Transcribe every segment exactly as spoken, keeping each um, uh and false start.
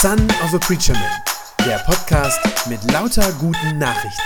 Son of a Preacher Man, der Podcast mit lauter guten Nachrichten.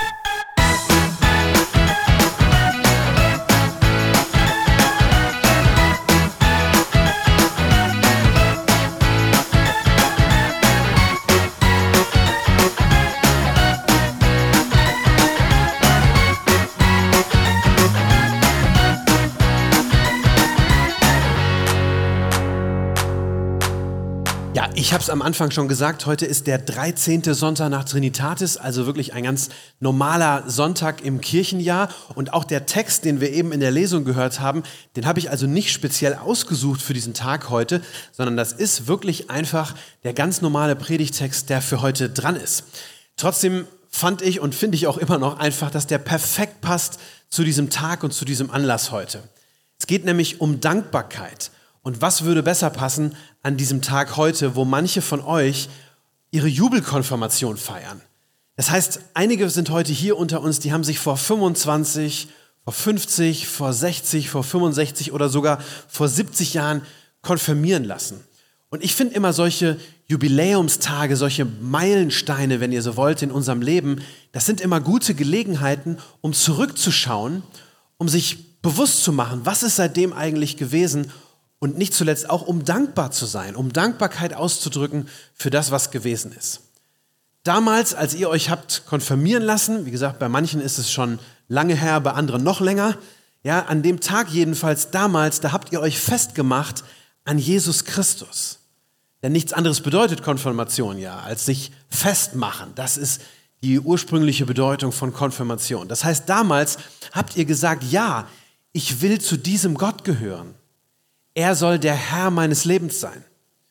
Ja, ich habe es am Anfang schon gesagt, heute ist der dreizehnte Sonntag nach Trinitatis, also wirklich ein ganz normaler Sonntag im Kirchenjahr. Und auch der Text, den wir eben in der Lesung gehört haben, den habe ich also nicht speziell ausgesucht für diesen Tag heute, sondern das ist wirklich einfach der ganz normale Predigtext, der für heute dran ist. Trotzdem fand ich und finde ich auch immer noch einfach, dass der perfekt passt zu diesem Tag und zu diesem Anlass heute. Es geht nämlich um Dankbarkeit. Und was würde besser passen an diesem Tag heute, wo manche von euch ihre Jubelkonfirmation feiern? Das heißt, einige sind heute hier unter uns, die haben sich vor fünfundzwanzig, vor fünfzig, vor sechzig, vor fünfundsechzig oder sogar vor siebzig Jahren konfirmieren lassen. Und ich finde immer solche Jubiläumstage, solche Meilensteine, wenn ihr so wollt, in unserem Leben, das sind immer gute Gelegenheiten, um zurückzuschauen, um sich bewusst zu machen, was ist seitdem eigentlich gewesen. Und nicht zuletzt auch, um dankbar zu sein, um Dankbarkeit auszudrücken für das, was gewesen ist. Damals, als ihr euch habt konfirmieren lassen, wie gesagt, bei manchen ist es schon lange her, bei anderen noch länger, ja, an dem Tag jedenfalls damals, da habt ihr euch festgemacht an Jesus Christus. Denn nichts anderes bedeutet Konfirmation ja, als sich festmachen. Das ist die ursprüngliche Bedeutung von Konfirmation. Das heißt, damals habt ihr gesagt, ja, ich will zu diesem Gott gehören. Er soll der Herr meines Lebens sein.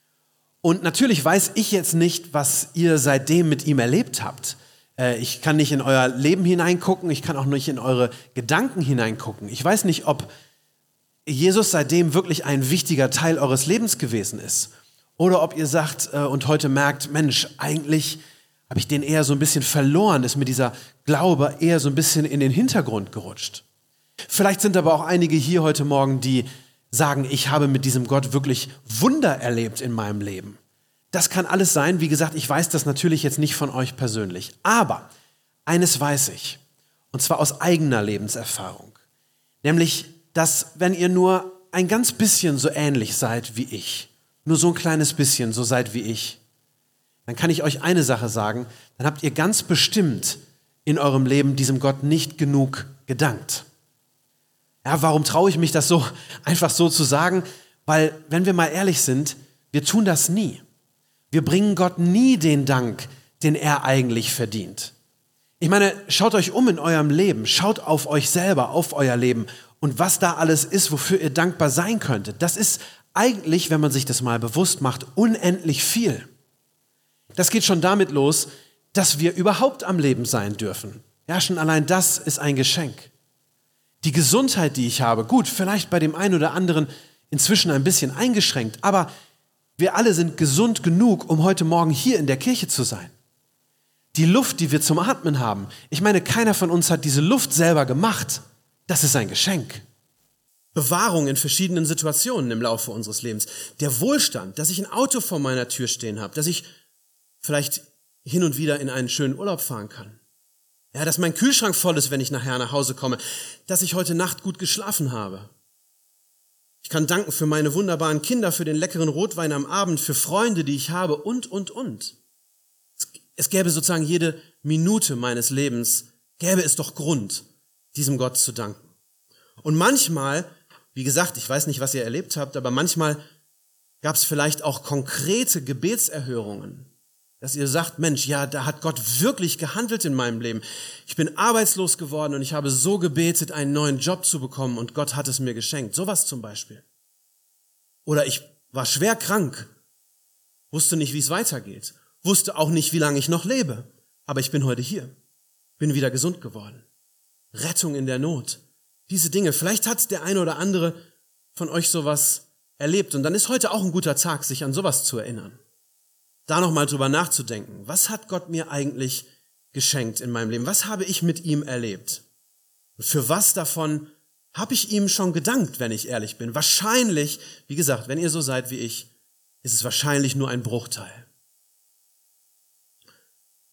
Und natürlich weiß ich jetzt nicht, was ihr seitdem mit ihm erlebt habt. Ich kann nicht in euer Leben hineingucken, ich kann auch nicht in eure Gedanken hineingucken. Ich weiß nicht, ob Jesus seitdem wirklich ein wichtiger Teil eures Lebens gewesen ist. Oder ob ihr sagt und heute merkt, Mensch, eigentlich habe ich den eher so ein bisschen verloren, ist mir dieser Glaube eher so ein bisschen in den Hintergrund gerutscht. Vielleicht sind aber auch einige hier heute Morgen, die sagen, ich habe mit diesem Gott wirklich Wunder erlebt in meinem Leben. Das kann alles sein. Wie gesagt, ich weiß das natürlich jetzt nicht von euch persönlich. Aber eines weiß ich, und zwar aus eigener Lebenserfahrung. Nämlich, dass wenn ihr nur ein ganz bisschen so ähnlich seid wie ich, nur so ein kleines bisschen so seid wie ich, dann kann ich euch eine Sache sagen, dann habt ihr ganz bestimmt in eurem Leben diesem Gott nicht genug gedankt. Ja, warum traue ich mich das so einfach so zu sagen? Weil, wenn wir mal ehrlich sind, wir tun das nie. Wir bringen Gott nie den Dank, den er eigentlich verdient. Ich meine, schaut euch um in eurem Leben, schaut auf euch selber, auf euer Leben und was da alles ist, wofür ihr dankbar sein könntet. Das ist eigentlich, wenn man sich das mal bewusst macht, unendlich viel. Das geht schon damit los, dass wir überhaupt am Leben sein dürfen. Ja, schon allein das ist ein Geschenk. Die Gesundheit, die ich habe, gut, vielleicht bei dem einen oder anderen inzwischen ein bisschen eingeschränkt, aber wir alle sind gesund genug, um heute Morgen hier in der Kirche zu sein. Die Luft, die wir zum Atmen haben, ich meine, keiner von uns hat diese Luft selber gemacht. Das ist ein Geschenk. Bewahrung in verschiedenen Situationen im Laufe unseres Lebens. Der Wohlstand, dass ich ein Auto vor meiner Tür stehen habe, dass ich vielleicht hin und wieder in einen schönen Urlaub fahren kann. Ja, dass mein Kühlschrank voll ist, wenn ich nachher nach Hause komme. Dass ich heute Nacht gut geschlafen habe. Ich kann danken für meine wunderbaren Kinder, für den leckeren Rotwein am Abend, für Freunde, die ich habe und, und, und. Es, es gäbe sozusagen jede Minute meines Lebens, gäbe es doch Grund, diesem Gott zu danken. Und manchmal, wie gesagt, ich weiß nicht, was ihr erlebt habt, aber manchmal gab es vielleicht auch konkrete Gebetserhörungen. Dass ihr sagt, Mensch, ja, da hat Gott wirklich gehandelt in meinem Leben. Ich bin arbeitslos geworden und ich habe so gebetet, einen neuen Job zu bekommen und Gott hat es mir geschenkt. Sowas zum Beispiel. Oder ich war schwer krank, wusste nicht, wie es weitergeht, wusste auch nicht, wie lange ich noch lebe. Aber ich bin heute hier, bin wieder gesund geworden. Rettung in der Not. Diese Dinge, vielleicht hat der eine oder andere von euch sowas erlebt und dann ist heute auch ein guter Tag, sich an sowas zu erinnern. Da nochmal drüber nachzudenken. Was hat Gott mir eigentlich geschenkt in meinem Leben? Was habe ich mit ihm erlebt? Und für was davon habe ich ihm schon gedankt, wenn ich ehrlich bin? Wahrscheinlich, wie gesagt, wenn ihr so seid wie ich, ist es wahrscheinlich nur ein Bruchteil.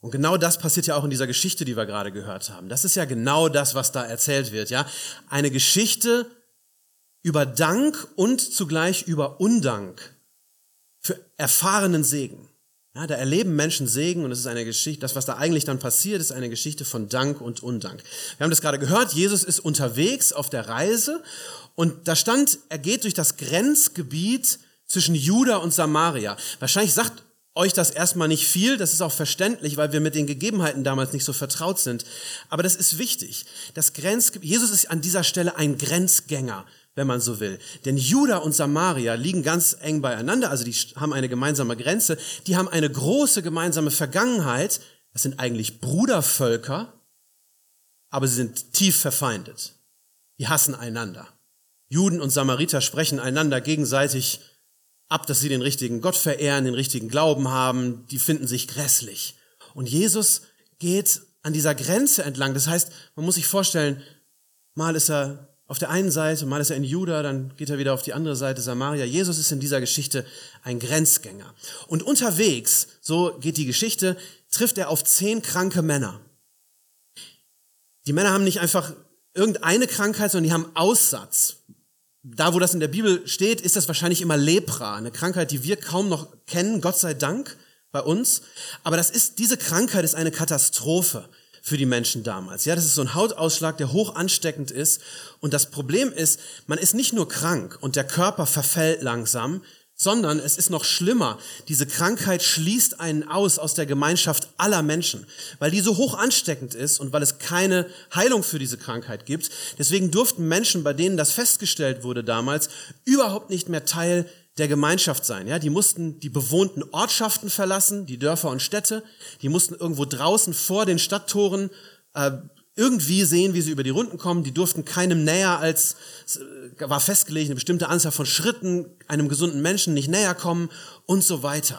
Und genau das passiert ja auch in dieser Geschichte, die wir gerade gehört haben. Das ist ja genau das, was da erzählt wird, ja. Eine Geschichte über Dank und zugleich über Undank für erfahrenen Segen. Ja, da erleben Menschen Segen und es ist eine Geschichte, das, was da eigentlich dann passiert, ist eine Geschichte von Dank und Undank. Wir haben das gerade gehört, Jesus ist unterwegs auf der Reise und da stand, er geht durch das Grenzgebiet zwischen Juda und Samaria. Wahrscheinlich sagt euch das erstmal nicht viel, das ist auch verständlich, weil wir mit den Gegebenheiten damals nicht so vertraut sind. Aber das ist wichtig. Das Grenzgebiet, Jesus ist an dieser Stelle ein Grenzgänger, wenn man so will. Denn Juda und Samaria liegen ganz eng beieinander, also die haben eine gemeinsame Grenze, die haben eine große gemeinsame Vergangenheit. Das sind eigentlich Brudervölker, aber sie sind tief verfeindet. Die hassen einander. Juden und Samariter sprechen einander gegenseitig ab, dass sie den richtigen Gott verehren, den richtigen Glauben haben, die finden sich grässlich. Und Jesus geht an dieser Grenze entlang. Das heißt, man muss sich vorstellen, mal ist er auf der einen Seite, mal ist er in Juda, dann geht er wieder auf die andere Seite, Samaria. Jesus ist in dieser Geschichte ein Grenzgänger. Und unterwegs, so geht die Geschichte, trifft er auf zehn kranke Männer. Die Männer haben nicht einfach irgendeine Krankheit, sondern die haben Aussatz. Da, wo das in der Bibel steht, ist das wahrscheinlich immer Lepra, eine Krankheit, die wir kaum noch kennen, Gott sei Dank, bei uns. Aber das ist, diese Krankheit ist eine Katastrophe für die Menschen damals. Ja, das ist so ein Hautausschlag, der hoch ansteckend ist. Und das Problem ist, man ist nicht nur krank und der Körper verfällt langsam, sondern es ist noch schlimmer. Diese Krankheit schließt einen aus aus der Gemeinschaft aller Menschen, weil die so hoch ansteckend ist und weil es keine Heilung für diese Krankheit gibt. Deswegen durften Menschen, bei denen das festgestellt wurde damals, überhaupt nicht mehr Teil der Gemeinschaft sein. Ja, die mussten die bewohnten Ortschaften verlassen, die Dörfer und Städte. Die mussten irgendwo draußen vor den Stadttoren äh, irgendwie sehen, wie sie über die Runden kommen. Die durften keinem näher als, äh, war festgelegt, eine bestimmte Anzahl von Schritten einem gesunden Menschen nicht näher kommen und so weiter.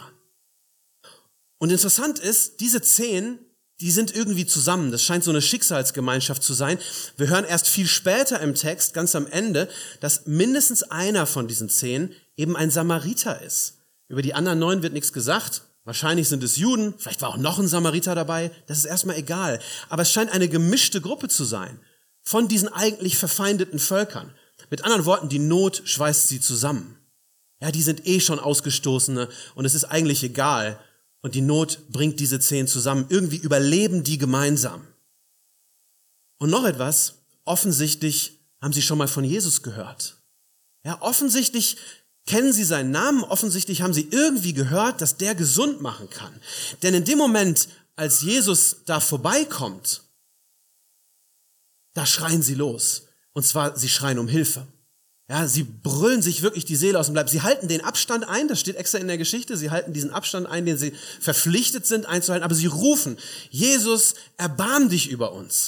Und interessant ist, diese zehn, die sind irgendwie zusammen. Das scheint so eine Schicksalsgemeinschaft zu sein. Wir hören erst viel später im Text, ganz am Ende, dass mindestens einer von diesen zehn eben ein Samariter ist. Über die anderen neun wird nichts gesagt. Wahrscheinlich sind es Juden, vielleicht war auch noch ein Samariter dabei, das ist erstmal egal. Aber es scheint eine gemischte Gruppe zu sein von diesen eigentlich verfeindeten Völkern. Mit anderen Worten, die Not schweißt sie zusammen. Ja, die sind eh schon Ausgestoßene und es ist eigentlich egal. Und die Not bringt diese zehn zusammen. Irgendwie überleben die gemeinsam. Und noch etwas, offensichtlich haben sie schon mal von Jesus gehört. Ja, offensichtlich kennen sie seinen Namen, offensichtlich haben sie irgendwie gehört, dass der gesund machen kann. Denn in dem Moment, als Jesus da vorbeikommt, da schreien sie los. Und zwar, sie schreien um Hilfe. Ja, sie brüllen sich wirklich die Seele aus dem Leib. Sie halten den Abstand ein, das steht extra in der Geschichte, sie halten diesen Abstand ein, den sie verpflichtet sind einzuhalten, aber sie rufen, Jesus, erbarm dich über uns.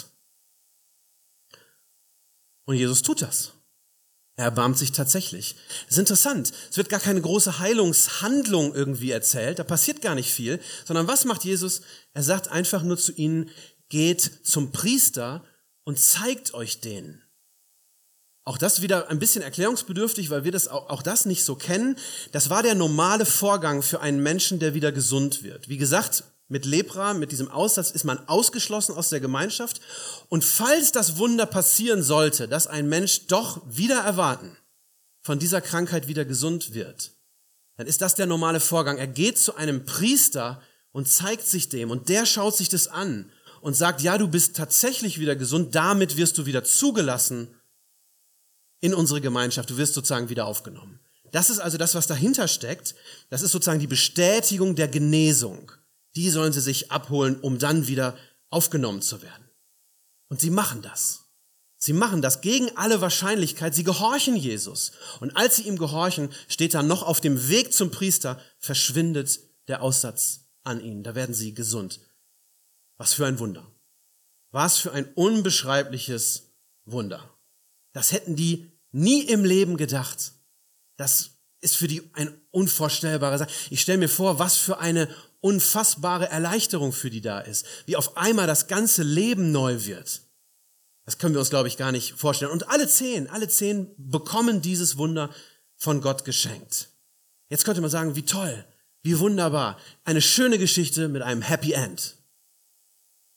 Und Jesus tut das. Er erbarmt sich tatsächlich. Das ist interessant. Es wird gar keine große Heilungshandlung irgendwie erzählt. Da passiert gar nicht viel. Sondern was macht Jesus? Er sagt einfach nur zu ihnen, geht zum Priester und zeigt euch den. Auch das wieder ein bisschen erklärungsbedürftig, weil wir das auch, auch das nicht so kennen. Das war der normale Vorgang für einen Menschen, der wieder gesund wird. Wie gesagt, mit Lepra, mit diesem Aussatz ist man ausgeschlossen aus der Gemeinschaft. Und falls das Wunder passieren sollte, dass ein Mensch doch wieder erwarten, von dieser Krankheit wieder gesund wird, dann ist das der normale Vorgang. Er geht zu einem Priester und zeigt sich dem und der schaut sich das an und sagt, ja, du bist tatsächlich wieder gesund, damit wirst du wieder zugelassen in unsere Gemeinschaft, du wirst sozusagen wieder aufgenommen. Das ist also das, was dahinter steckt. Das ist sozusagen die Bestätigung der Genesung. Die sollen sie sich abholen, um dann wieder aufgenommen zu werden. Und sie machen das. Sie machen das gegen alle Wahrscheinlichkeit. Sie gehorchen Jesus. Und als sie ihm gehorchen, steht da noch auf dem Weg zum Priester, verschwindet der Aussatz an ihnen. Da werden sie gesund. Was für ein Wunder. Was für ein unbeschreibliches Wunder. Das hätten die nie im Leben gedacht. Das ist für die ein unvorstellbarer Sache. Ich stelle mir vor, was für eine unfassbare Erleichterung für die da ist. Wie auf einmal das ganze Leben neu wird. Das können wir uns, glaube ich, gar nicht vorstellen. Und alle zehn, alle zehn bekommen dieses Wunder von Gott geschenkt. Jetzt könnte man sagen, wie toll, wie wunderbar. Eine schöne Geschichte mit einem Happy End.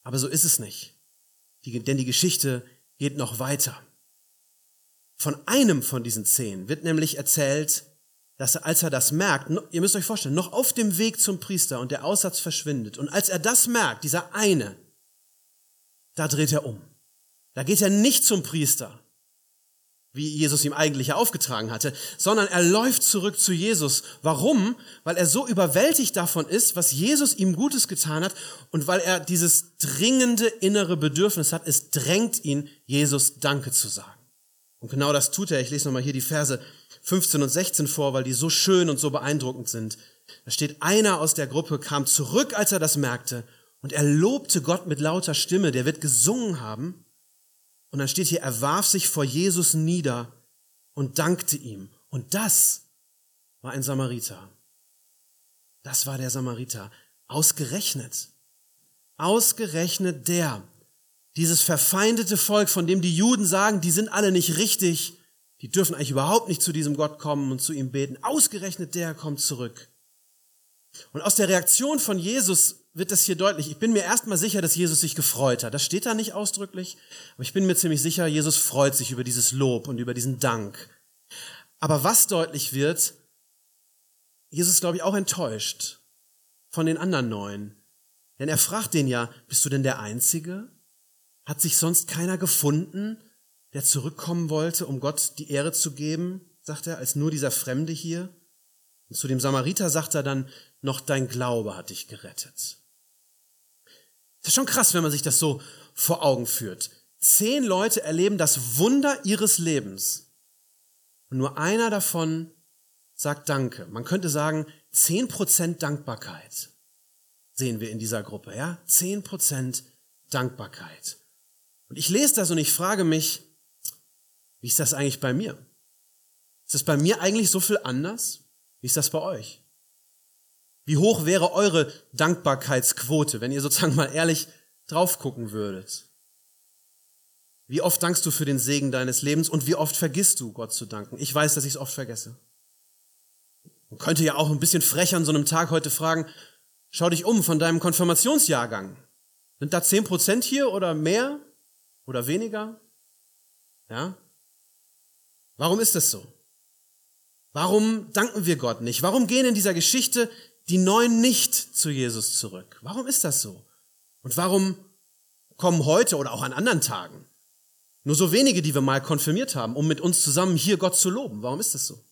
Aber so ist es nicht. Die, denn die Geschichte geht noch weiter. Von einem von diesen zehn wird nämlich erzählt, dass er, als er das merkt, ihr müsst euch vorstellen, noch auf dem Weg zum Priester und der Aussatz verschwindet. Und als er das merkt, dieser eine, da dreht er um. Da geht er nicht zum Priester, wie Jesus ihm eigentlich ja aufgetragen hatte, sondern er läuft zurück zu Jesus. Warum? Weil er so überwältigt davon ist, was Jesus ihm Gutes getan hat und weil er dieses dringende innere Bedürfnis hat, es drängt ihn, Jesus Danke zu sagen. Und genau das tut er. Ich lese nochmal hier die Verse fünfzehn und sechzehn vor, weil die so schön und so beeindruckend sind. Da steht, einer aus der Gruppe kam zurück, als er das merkte, und er lobte Gott mit lauter Stimme, der wird gesungen haben. Und dann steht hier, er warf sich vor Jesus nieder und dankte ihm. Und das war ein Samariter. Das war der Samariter. Ausgerechnet. Ausgerechnet der. Dieses verfeindete Volk, von dem die Juden sagen, die sind alle nicht richtig. Die dürfen eigentlich überhaupt nicht zu diesem Gott kommen und zu ihm beten. Ausgerechnet der kommt zurück. Und aus der Reaktion von Jesus wird das hier deutlich. Ich bin mir erstmal sicher, dass Jesus sich gefreut hat. Das steht da nicht ausdrücklich, aber ich bin mir ziemlich sicher, Jesus freut sich über dieses Lob und über diesen Dank. Aber was deutlich wird, Jesus ist, glaube ich, auch enttäuscht von den anderen Neun. Denn er fragt den ja, bist du denn der Einzige? Hat sich sonst keiner gefunden, der zurückkommen wollte, um Gott die Ehre zu geben, sagt er, als nur dieser Fremde hier? Und zu dem Samariter sagt er dann, noch dein Glaube hat dich gerettet. Das ist schon krass, wenn man sich das so vor Augen führt. Zehn Leute erleben das Wunder ihres Lebens. Und nur einer davon sagt Danke. Man könnte sagen, zehn Prozent Dankbarkeit sehen wir in dieser Gruppe. Ja? zehn Prozent Dankbarkeit. Und ich lese das und ich frage mich, wie ist das eigentlich bei mir? Ist das bei mir eigentlich so viel anders? Wie ist das bei euch? Wie hoch wäre eure Dankbarkeitsquote, wenn ihr sozusagen mal ehrlich drauf gucken würdet? Wie oft dankst du für den Segen deines Lebens und wie oft vergisst du, Gott zu danken? Ich weiß, dass ich es oft vergesse. Man könnte ja auch ein bisschen frech an so einem Tag heute fragen, schau dich um von deinem Konfirmationsjahrgang. Sind da zehn Prozent hier oder mehr oder weniger? Ja? Warum ist das so? Warum danken wir Gott nicht? Warum gehen in dieser Geschichte die Neun nicht zu Jesus zurück? Warum ist das so? Und warum kommen heute oder auch an anderen Tagen nur so wenige, die wir mal konfirmiert haben, um mit uns zusammen hier Gott zu loben? Warum ist das so?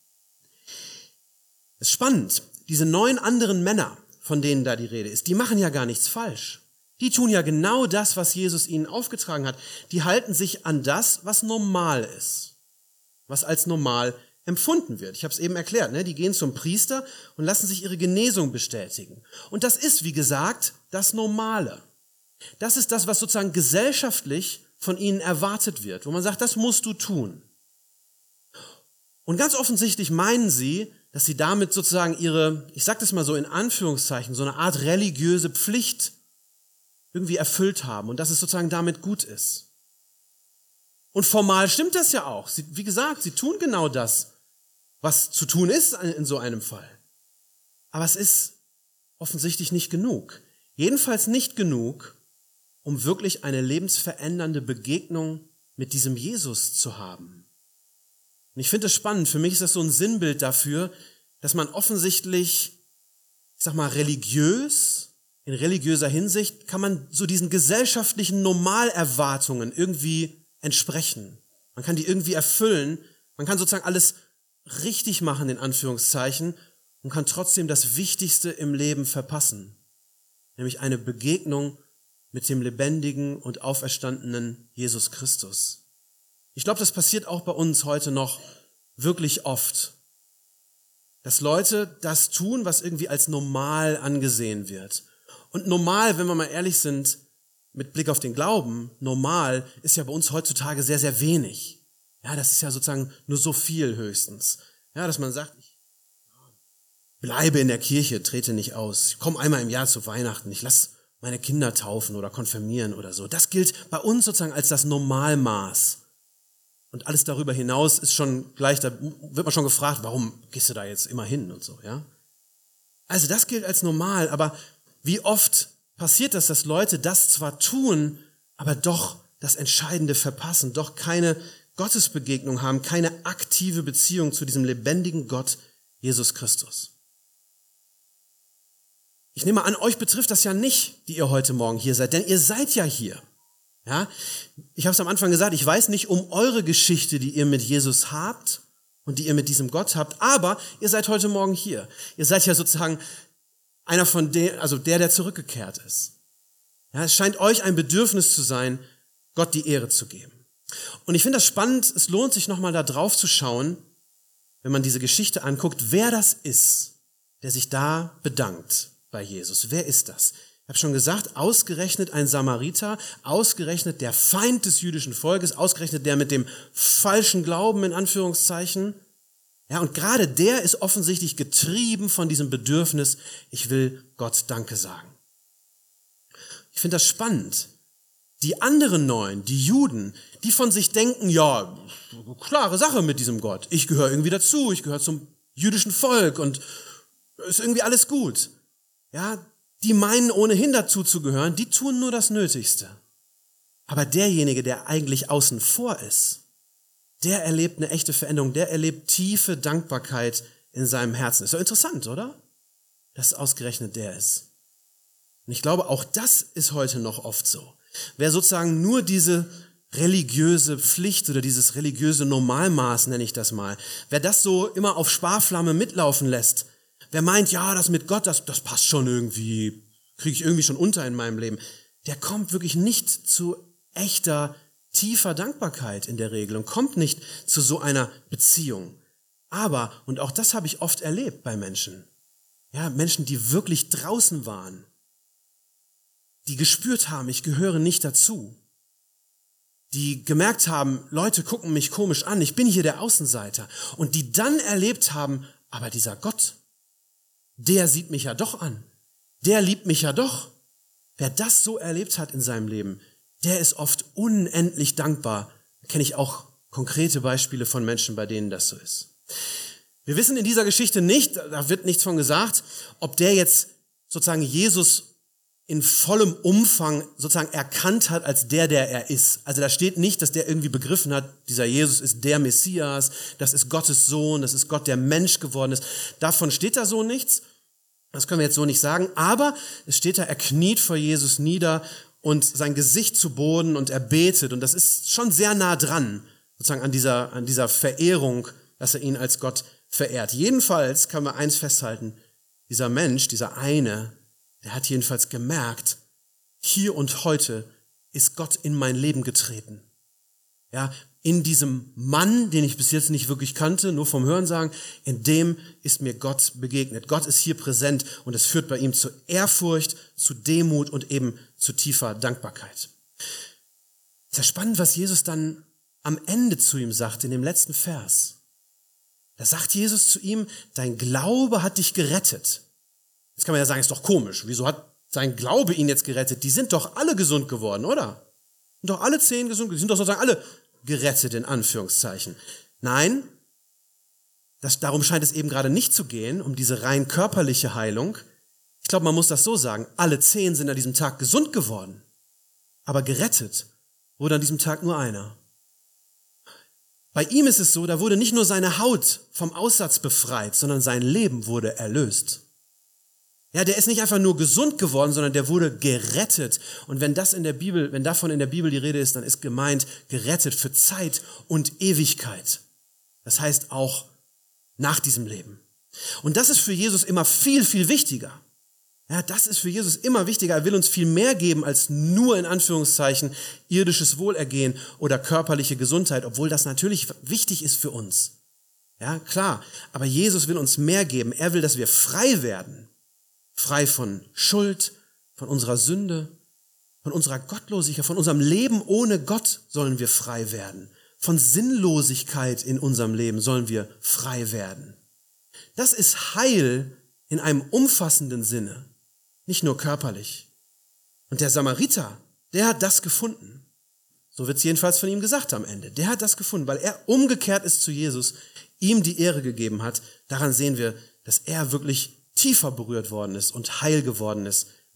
Es ist spannend. Diese neun anderen Männer, von denen da die Rede ist, die machen ja gar nichts falsch. Die tun ja genau das, was Jesus ihnen aufgetragen hat. Die halten sich an das, was normal ist, was als normal empfunden wird. Ich habe es eben erklärt, ne? Die gehen zum Priester und lassen sich ihre Genesung bestätigen. Und das ist, wie gesagt, das Normale. Das ist das, was sozusagen gesellschaftlich von ihnen erwartet wird, wo man sagt, das musst du tun. Und ganz offensichtlich meinen sie, dass sie damit sozusagen ihre, ich sage das mal so in Anführungszeichen, so eine Art religiöse Pflicht irgendwie erfüllt haben und dass es sozusagen damit gut ist. Und formal stimmt das ja auch. Sie, wie gesagt, sie tun genau das, was zu tun ist in so einem Fall. Aber es ist offensichtlich nicht genug. Jedenfalls nicht genug, um wirklich eine lebensverändernde Begegnung mit diesem Jesus zu haben. Und ich finde es spannend. Für mich ist das so ein Sinnbild dafür, dass man offensichtlich, ich sag mal, religiös, in religiöser Hinsicht, kann man so diesen gesellschaftlichen Normalerwartungen irgendwie entsprechen. Man kann die irgendwie erfüllen. Man kann sozusagen alles richtig machen, in Anführungszeichen, und kann trotzdem das Wichtigste im Leben verpassen. Nämlich eine Begegnung mit dem lebendigen und auferstandenen Jesus Christus. Ich glaube, das passiert auch bei uns heute noch wirklich oft. Dass Leute das tun, was irgendwie als normal angesehen wird. Und normal, wenn wir mal ehrlich sind, mit Blick auf den Glauben, normal ist ja bei uns heutzutage sehr, sehr wenig. Ja, das ist ja sozusagen nur so viel höchstens. Ja, dass man sagt, ich bleibe in der Kirche, trete nicht aus. Ich komme einmal im Jahr zu Weihnachten, ich lasse meine Kinder taufen oder konfirmieren oder so. Das gilt bei uns sozusagen als das Normalmaß. Und alles darüber hinaus ist schon gleich, da wird man schon gefragt, warum gehst du da jetzt immer hin und so, ja? Also das gilt als normal, aber wie oft passiert das, dass Leute das zwar tun, aber doch das Entscheidende verpassen, doch keine Gottesbegegnung haben, keine aktive Beziehung zu diesem lebendigen Gott, Jesus Christus. Ich nehme an, euch betrifft das ja nicht, die ihr heute Morgen hier seid, denn ihr seid ja hier. Ja? Ich habe es am Anfang gesagt, ich weiß nicht um eure Geschichte, die ihr mit Jesus habt und die ihr mit diesem Gott habt, aber ihr seid heute Morgen hier. Ihr seid ja sozusagen einer von der, also der, der zurückgekehrt ist. Ja, es scheint euch ein Bedürfnis zu sein, Gott die Ehre zu geben. Und ich finde das spannend, es lohnt sich nochmal da drauf zu schauen, wenn man diese Geschichte anguckt, wer das ist, der sich da bedankt bei Jesus. Wer ist das? Ich habe schon gesagt, ausgerechnet ein Samariter, ausgerechnet der Feind des jüdischen Volkes, ausgerechnet der mit dem falschen Glauben in Anführungszeichen. Ja, und gerade der ist offensichtlich getrieben von diesem Bedürfnis, ich will Gott Danke sagen. Ich finde das spannend. Die anderen neun, die Juden, die von sich denken, ja, klare Sache mit diesem Gott. Ich gehöre irgendwie dazu, ich gehöre zum jüdischen Volk und ist irgendwie alles gut. Ja, die meinen ohnehin dazu zu gehören, die tun nur das Nötigste. Aber derjenige, der eigentlich außen vor ist, der erlebt eine echte Veränderung, der erlebt tiefe Dankbarkeit in seinem Herzen. Ist doch interessant, oder? Dass es ausgerechnet der ist. Und ich glaube, auch das ist heute noch oft so. Wer sozusagen nur diese religiöse Pflicht oder dieses religiöse Normalmaß, nenne ich das mal, wer das so immer auf Sparflamme mitlaufen lässt, wer meint, ja, das mit Gott, das, das passt schon irgendwie, kriege ich irgendwie schon unter in meinem Leben, der kommt wirklich nicht zu echter, tiefer Dankbarkeit in der Regel und kommt nicht zu so einer Beziehung. Aber, und auch das habe ich oft erlebt bei Menschen, ja, Menschen, die wirklich draußen waren, die gespürt haben, ich gehöre nicht dazu, die gemerkt haben, Leute gucken mich komisch an, ich bin hier der Außenseiter, und die dann erlebt haben, aber dieser Gott, der sieht mich ja doch an, der liebt mich ja doch. Wer das so erlebt hat in seinem Leben, der ist oft unendlich dankbar. Da kenne ich auch konkrete Beispiele von Menschen, bei denen das so ist. Wir wissen in dieser Geschichte nicht, da wird nichts von gesagt, ob der jetzt sozusagen Jesus in vollem Umfang sozusagen erkannt hat als der, der er ist. Also da steht nicht, dass der irgendwie begriffen hat, dieser Jesus ist der Messias, das ist Gottes Sohn, das ist Gott, der Mensch geworden ist. Davon steht da so nichts. Das können wir jetzt so nicht sagen. Aber es steht da, er kniet vor Jesus nieder und sein Gesicht zu Boden und er betet. Und das ist schon sehr nah dran, sozusagen an dieser, an dieser Verehrung, dass er ihn als Gott verehrt. Jedenfalls kann man eins festhalten, dieser Mensch, dieser eine, der hat jedenfalls gemerkt, hier und heute ist Gott in mein Leben getreten. Ja, in diesem Mann, den ich bis jetzt nicht wirklich kannte, nur vom Hörensagen, in dem ist mir Gott begegnet. Gott ist hier präsent und es führt bei ihm zu Ehrfurcht, zu Demut und eben zu tiefer Dankbarkeit. Es ist ja spannend, was Jesus dann am Ende zu ihm sagt, in dem letzten Vers. Da sagt Jesus zu ihm, dein Glaube hat dich gerettet. Jetzt kann man ja sagen, ist doch komisch. Wieso hat sein Glaube ihn jetzt gerettet? Die sind doch alle gesund geworden, oder? Sind doch alle zehn gesund, die sind doch sozusagen alle gerettet, in Anführungszeichen. Nein, das, darum scheint es eben gerade nicht zu gehen, um diese rein körperliche Heilung. Ich glaube, man muss das so sagen, alle zehn sind an diesem Tag gesund geworden. Aber gerettet wurde an diesem Tag nur einer. Bei ihm ist es so, da wurde nicht nur seine Haut vom Aussatz befreit, sondern sein Leben wurde erlöst. Ja, der ist nicht einfach nur gesund geworden, sondern der wurde gerettet. Und wenn das in der Bibel, wenn davon in der Bibel die Rede ist, dann ist gemeint gerettet für Zeit und Ewigkeit. Das heißt auch nach diesem Leben. Und das ist für Jesus immer viel, viel wichtiger. Ja, das ist für Jesus immer wichtiger. Er will uns viel mehr geben als nur in Anführungszeichen irdisches Wohlergehen oder körperliche Gesundheit, obwohl das natürlich wichtig ist für uns. Ja, klar. Aber Jesus will uns mehr geben. Er will, dass wir frei werden. Frei von Schuld, von unserer Sünde, von unserer Gottlosigkeit, von unserem Leben ohne Gott sollen wir frei werden. Von Sinnlosigkeit in unserem Leben sollen wir frei werden. Das ist Heil in einem umfassenden Sinne, nicht nur körperlich. Und der Samariter, der hat das gefunden. So wird es jedenfalls von ihm gesagt am Ende. Der hat das gefunden, weil er umgekehrt ist zu Jesus, ihm die Ehre gegeben hat. Daran sehen wir, dass er wirklich tiefer berührt worden ist und heil geworden ist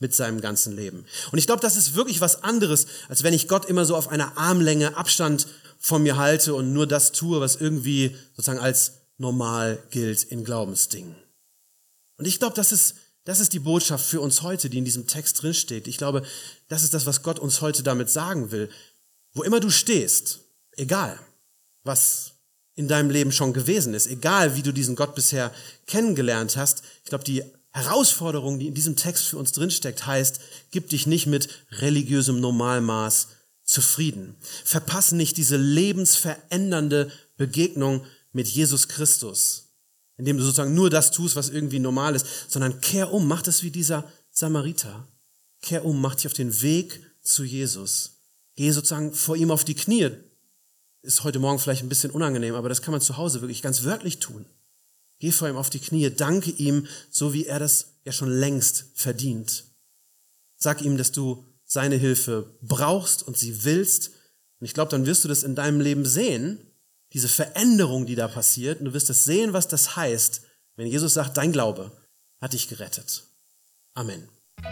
mit seinem ganzen Leben. Und ich glaube, das ist wirklich was anderes, als wenn ich Gott immer so auf einer Armlänge Abstand von mir halte und nur das tue, was irgendwie sozusagen als normal gilt in Glaubensdingen. Und ich glaube, das ist, das ist die Botschaft für uns heute, die in diesem Text drinsteht. Ich glaube, das ist das, was Gott uns heute damit sagen will. Wo immer du stehst, egal was in deinem Leben schon gewesen ist, egal wie du diesen Gott bisher kennengelernt hast, ich glaube, die Herausforderung, die in diesem Text für uns drinsteckt, heißt, gib dich nicht mit religiösem Normalmaß zufrieden. Verpass nicht diese lebensverändernde Begegnung mit Jesus Christus, indem du sozusagen nur das tust, was irgendwie normal ist, sondern kehr um, mach das wie dieser Samariter. Kehr um, mach dich auf den Weg zu Jesus. Geh sozusagen vor ihm auf die Knie. Ist heute Morgen vielleicht ein bisschen unangenehm, aber das kann man zu Hause wirklich ganz wörtlich tun. Geh vor ihm auf die Knie, danke ihm, so wie er das ja schon längst verdient. Sag ihm, dass du seine Hilfe brauchst und sie willst. Und ich glaube, dann wirst du das in deinem Leben sehen, diese Veränderung, die da passiert. Und du wirst das sehen, was das heißt, wenn Jesus sagt, dein Glaube hat dich gerettet. Amen.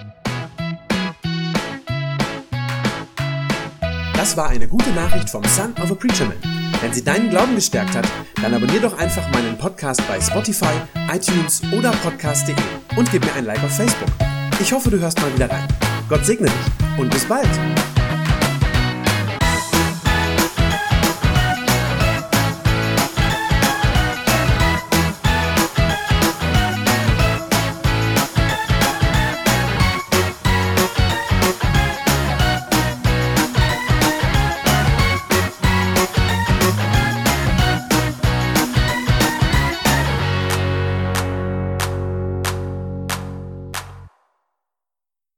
Das war eine gute Nachricht vom Son of a Preacher Man. Wenn sie deinen Glauben gestärkt hat, dann abonnier doch einfach meinen Podcast bei Spotify, iTunes oder podcast punkt de und gib mir ein Like auf Facebook. Ich hoffe, du hörst mal wieder rein. Gott segne dich und bis bald.